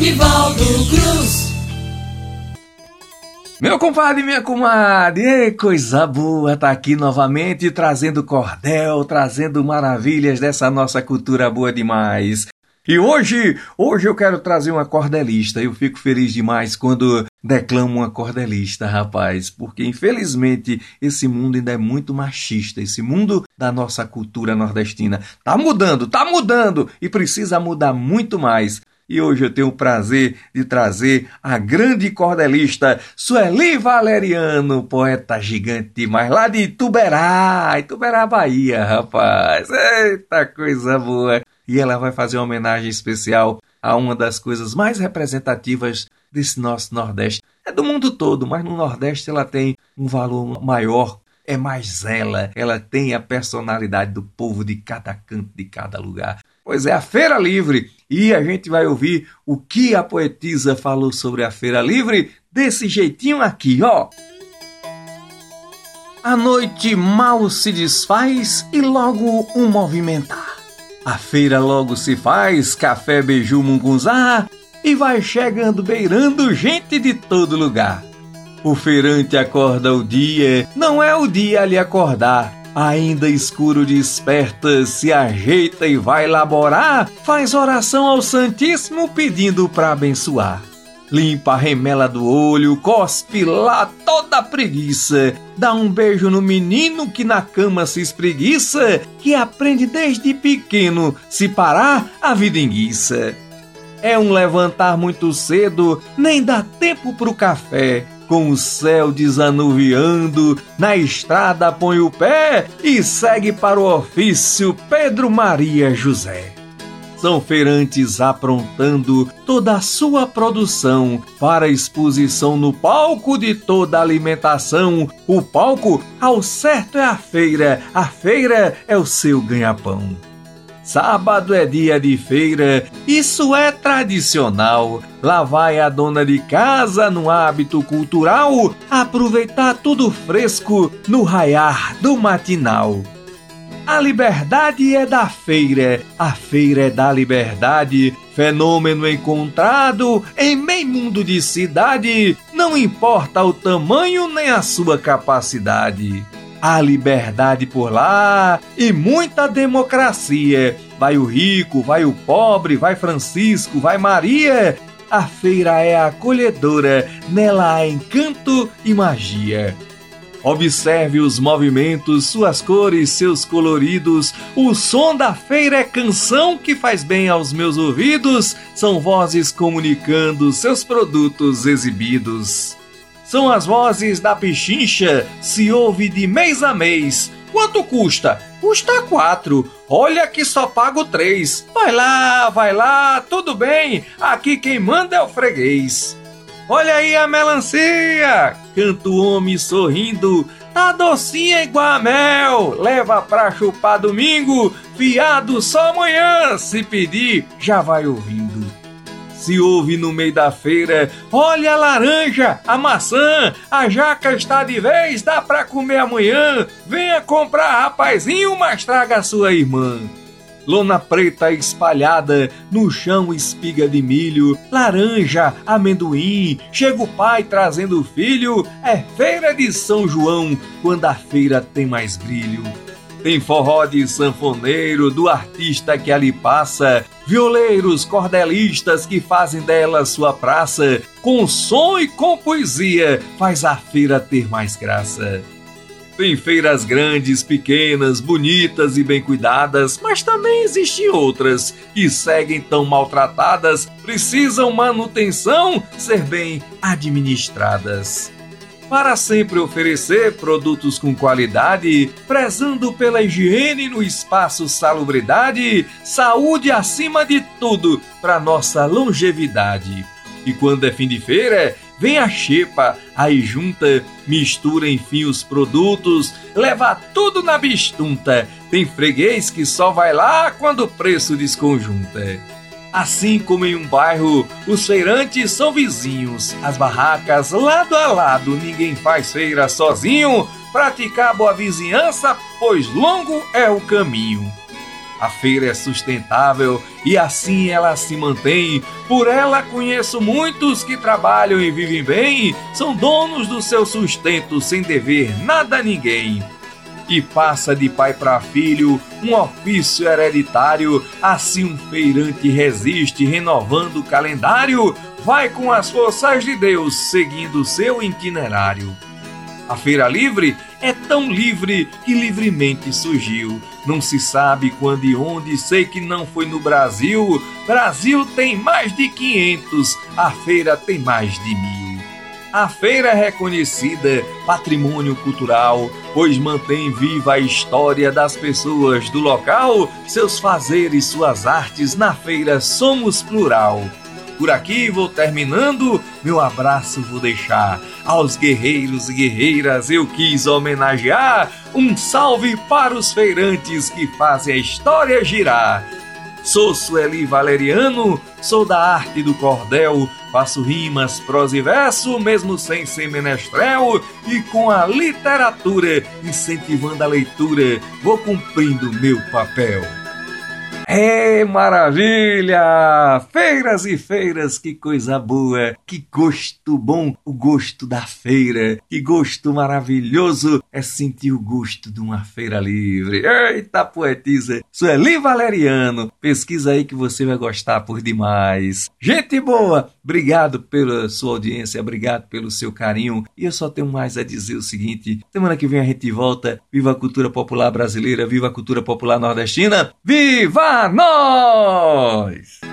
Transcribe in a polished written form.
Nivaldo Cruz. Meu compadre e minha comadre, coisa boa tá aqui novamente trazendo cordel, trazendo maravilhas dessa nossa cultura boa demais. E hoje eu quero trazer uma cordelista. Eu fico feliz demais quando declamo uma cordelista, rapaz, porque infelizmente esse mundo ainda é muito machista. Esse mundo da nossa cultura nordestina tá mudando e precisa mudar muito mais. E hoje eu tenho o prazer de trazer a grande cordelista Sueli Valeriano, poeta gigante demais, lá de Ituberá, Bahia, rapaz. Eita, coisa boa! E ela vai fazer uma homenagem especial a uma das coisas mais representativas desse nosso Nordeste. É do mundo todo, mas no Nordeste ela tem um valor maior. É mais ela tem a personalidade do povo de cada canto, de cada lugar. Pois é, a Feira Livre. E a gente vai ouvir o que a poetisa falou sobre a Feira Livre desse jeitinho aqui, ó. A noite mal se desfaz e logo um movimentar. A feira logo se faz, café, beiju, mungunzá, e vai chegando beirando gente de todo lugar. O feirante acorda o dia, não é o dia a lhe acordar. Ainda escuro desperta, se ajeita e vai laborar, faz oração ao Santíssimo pedindo pra abençoar. Limpa a remela do olho, cospe lá toda a preguiça, dá um beijo no menino que na cama se espreguiça, que aprende desde pequeno, se parar a vida enguiça. É um levantar muito cedo, nem dá tempo pro café, com o céu desanuviando, na estrada põe o pé e segue para o ofício Pedro Maria José. São feirantes aprontando toda a sua produção para exposição no palco de toda alimentação. O palco, ao certo, é a feira é o seu ganha-pão. Sábado é dia de feira, isso é tradicional. Lá vai a dona de casa, no hábito cultural, aproveitar tudo fresco no raiar do matinal. A liberdade é da feira, a feira é da liberdade, fenômeno encontrado em meio mundo de cidade, não importa o tamanho nem a sua capacidade. Há liberdade por lá e muita democracia, vai o rico, vai o pobre, vai Francisco, vai Maria. A feira é acolhedora, nela há encanto e magia. Observe os movimentos, suas cores, seus coloridos. O som da feira é canção que faz bem aos meus ouvidos. São vozes comunicando seus produtos exibidos. São as vozes da pichincha, se ouve de mês a mês. Quanto custa? Custa 4. Olha que só pago 3. Vai lá, tudo bem. Aqui quem manda é o freguês. Olha aí a melancia, canta o homem sorrindo, tá docinha igual a mel, leva pra chupar domingo, fiado só amanhã, se pedir já vai ouvindo. Se ouve no meio da feira, olha a laranja, a maçã, a jaca está de vez, dá pra comer amanhã, venha comprar rapazinho, mas traga a sua irmã. Lona preta espalhada, no chão espiga de milho, laranja, amendoim, chega o pai trazendo o filho, é feira de São João, quando a feira tem mais brilho. Tem forró de sanfoneiro, do artista que ali passa, violeiros, cordelistas que fazem dela sua praça, com som e com poesia, faz a feira ter mais graça. Tem feiras grandes, pequenas, bonitas e bem cuidadas, mas também existem outras que seguem tão maltratadas, precisam manutenção, ser bem administradas. Para sempre oferecer produtos com qualidade, prezando pela higiene no espaço salubridade, saúde acima de tudo para nossa longevidade. E quando é fim de feira, vem a xepa, aí junta, mistura enfim os produtos, leva tudo na bistunta. Tem freguês que só vai lá quando o preço desconjunta. Assim como em um bairro, os feirantes são vizinhos, as barracas lado a lado, ninguém faz feira sozinho, praticar boa vizinhança, pois longo é o caminho. A feira é sustentável e assim ela se mantém. Por ela conheço muitos que trabalham e vivem bem, são donos do seu sustento sem dever nada a ninguém. E passa de pai para filho um ofício hereditário, assim um feirante resiste renovando o calendário, vai com as forças de Deus seguindo o seu itinerário. A Feira Livre é tão livre que livremente surgiu. Não se sabe quando e onde, sei que não foi no Brasil. Brasil tem mais de 500, a feira tem mais de 1000. A feira é reconhecida patrimônio cultural, pois mantém viva a história das pessoas do local, seus fazeres, suas artes, na feira somos plural. Por aqui vou terminando, meu abraço vou deixar. Aos guerreiros e guerreiras eu quis homenagear. Um salve para os feirantes que fazem a história girar. Sou Sueli Valeriano, sou da arte do cordel, faço rimas, prosa e verso, mesmo sem ser menestrel, e com a literatura, incentivando a leitura, vou cumprindo meu papel. É maravilha! Feiras e feiras, que coisa boa, que gosto bom, o gosto da feira, que gosto maravilhoso é sentir o gosto de uma feira livre. Eita poetisa, Sueli Valeriano, pesquisa aí que você vai gostar por demais. Gente boa, obrigado pela sua audiência, obrigado pelo seu carinho, e eu só tenho mais a dizer o seguinte, semana que vem a gente volta, viva a cultura popular brasileira, viva a cultura popular nordestina, viva nós!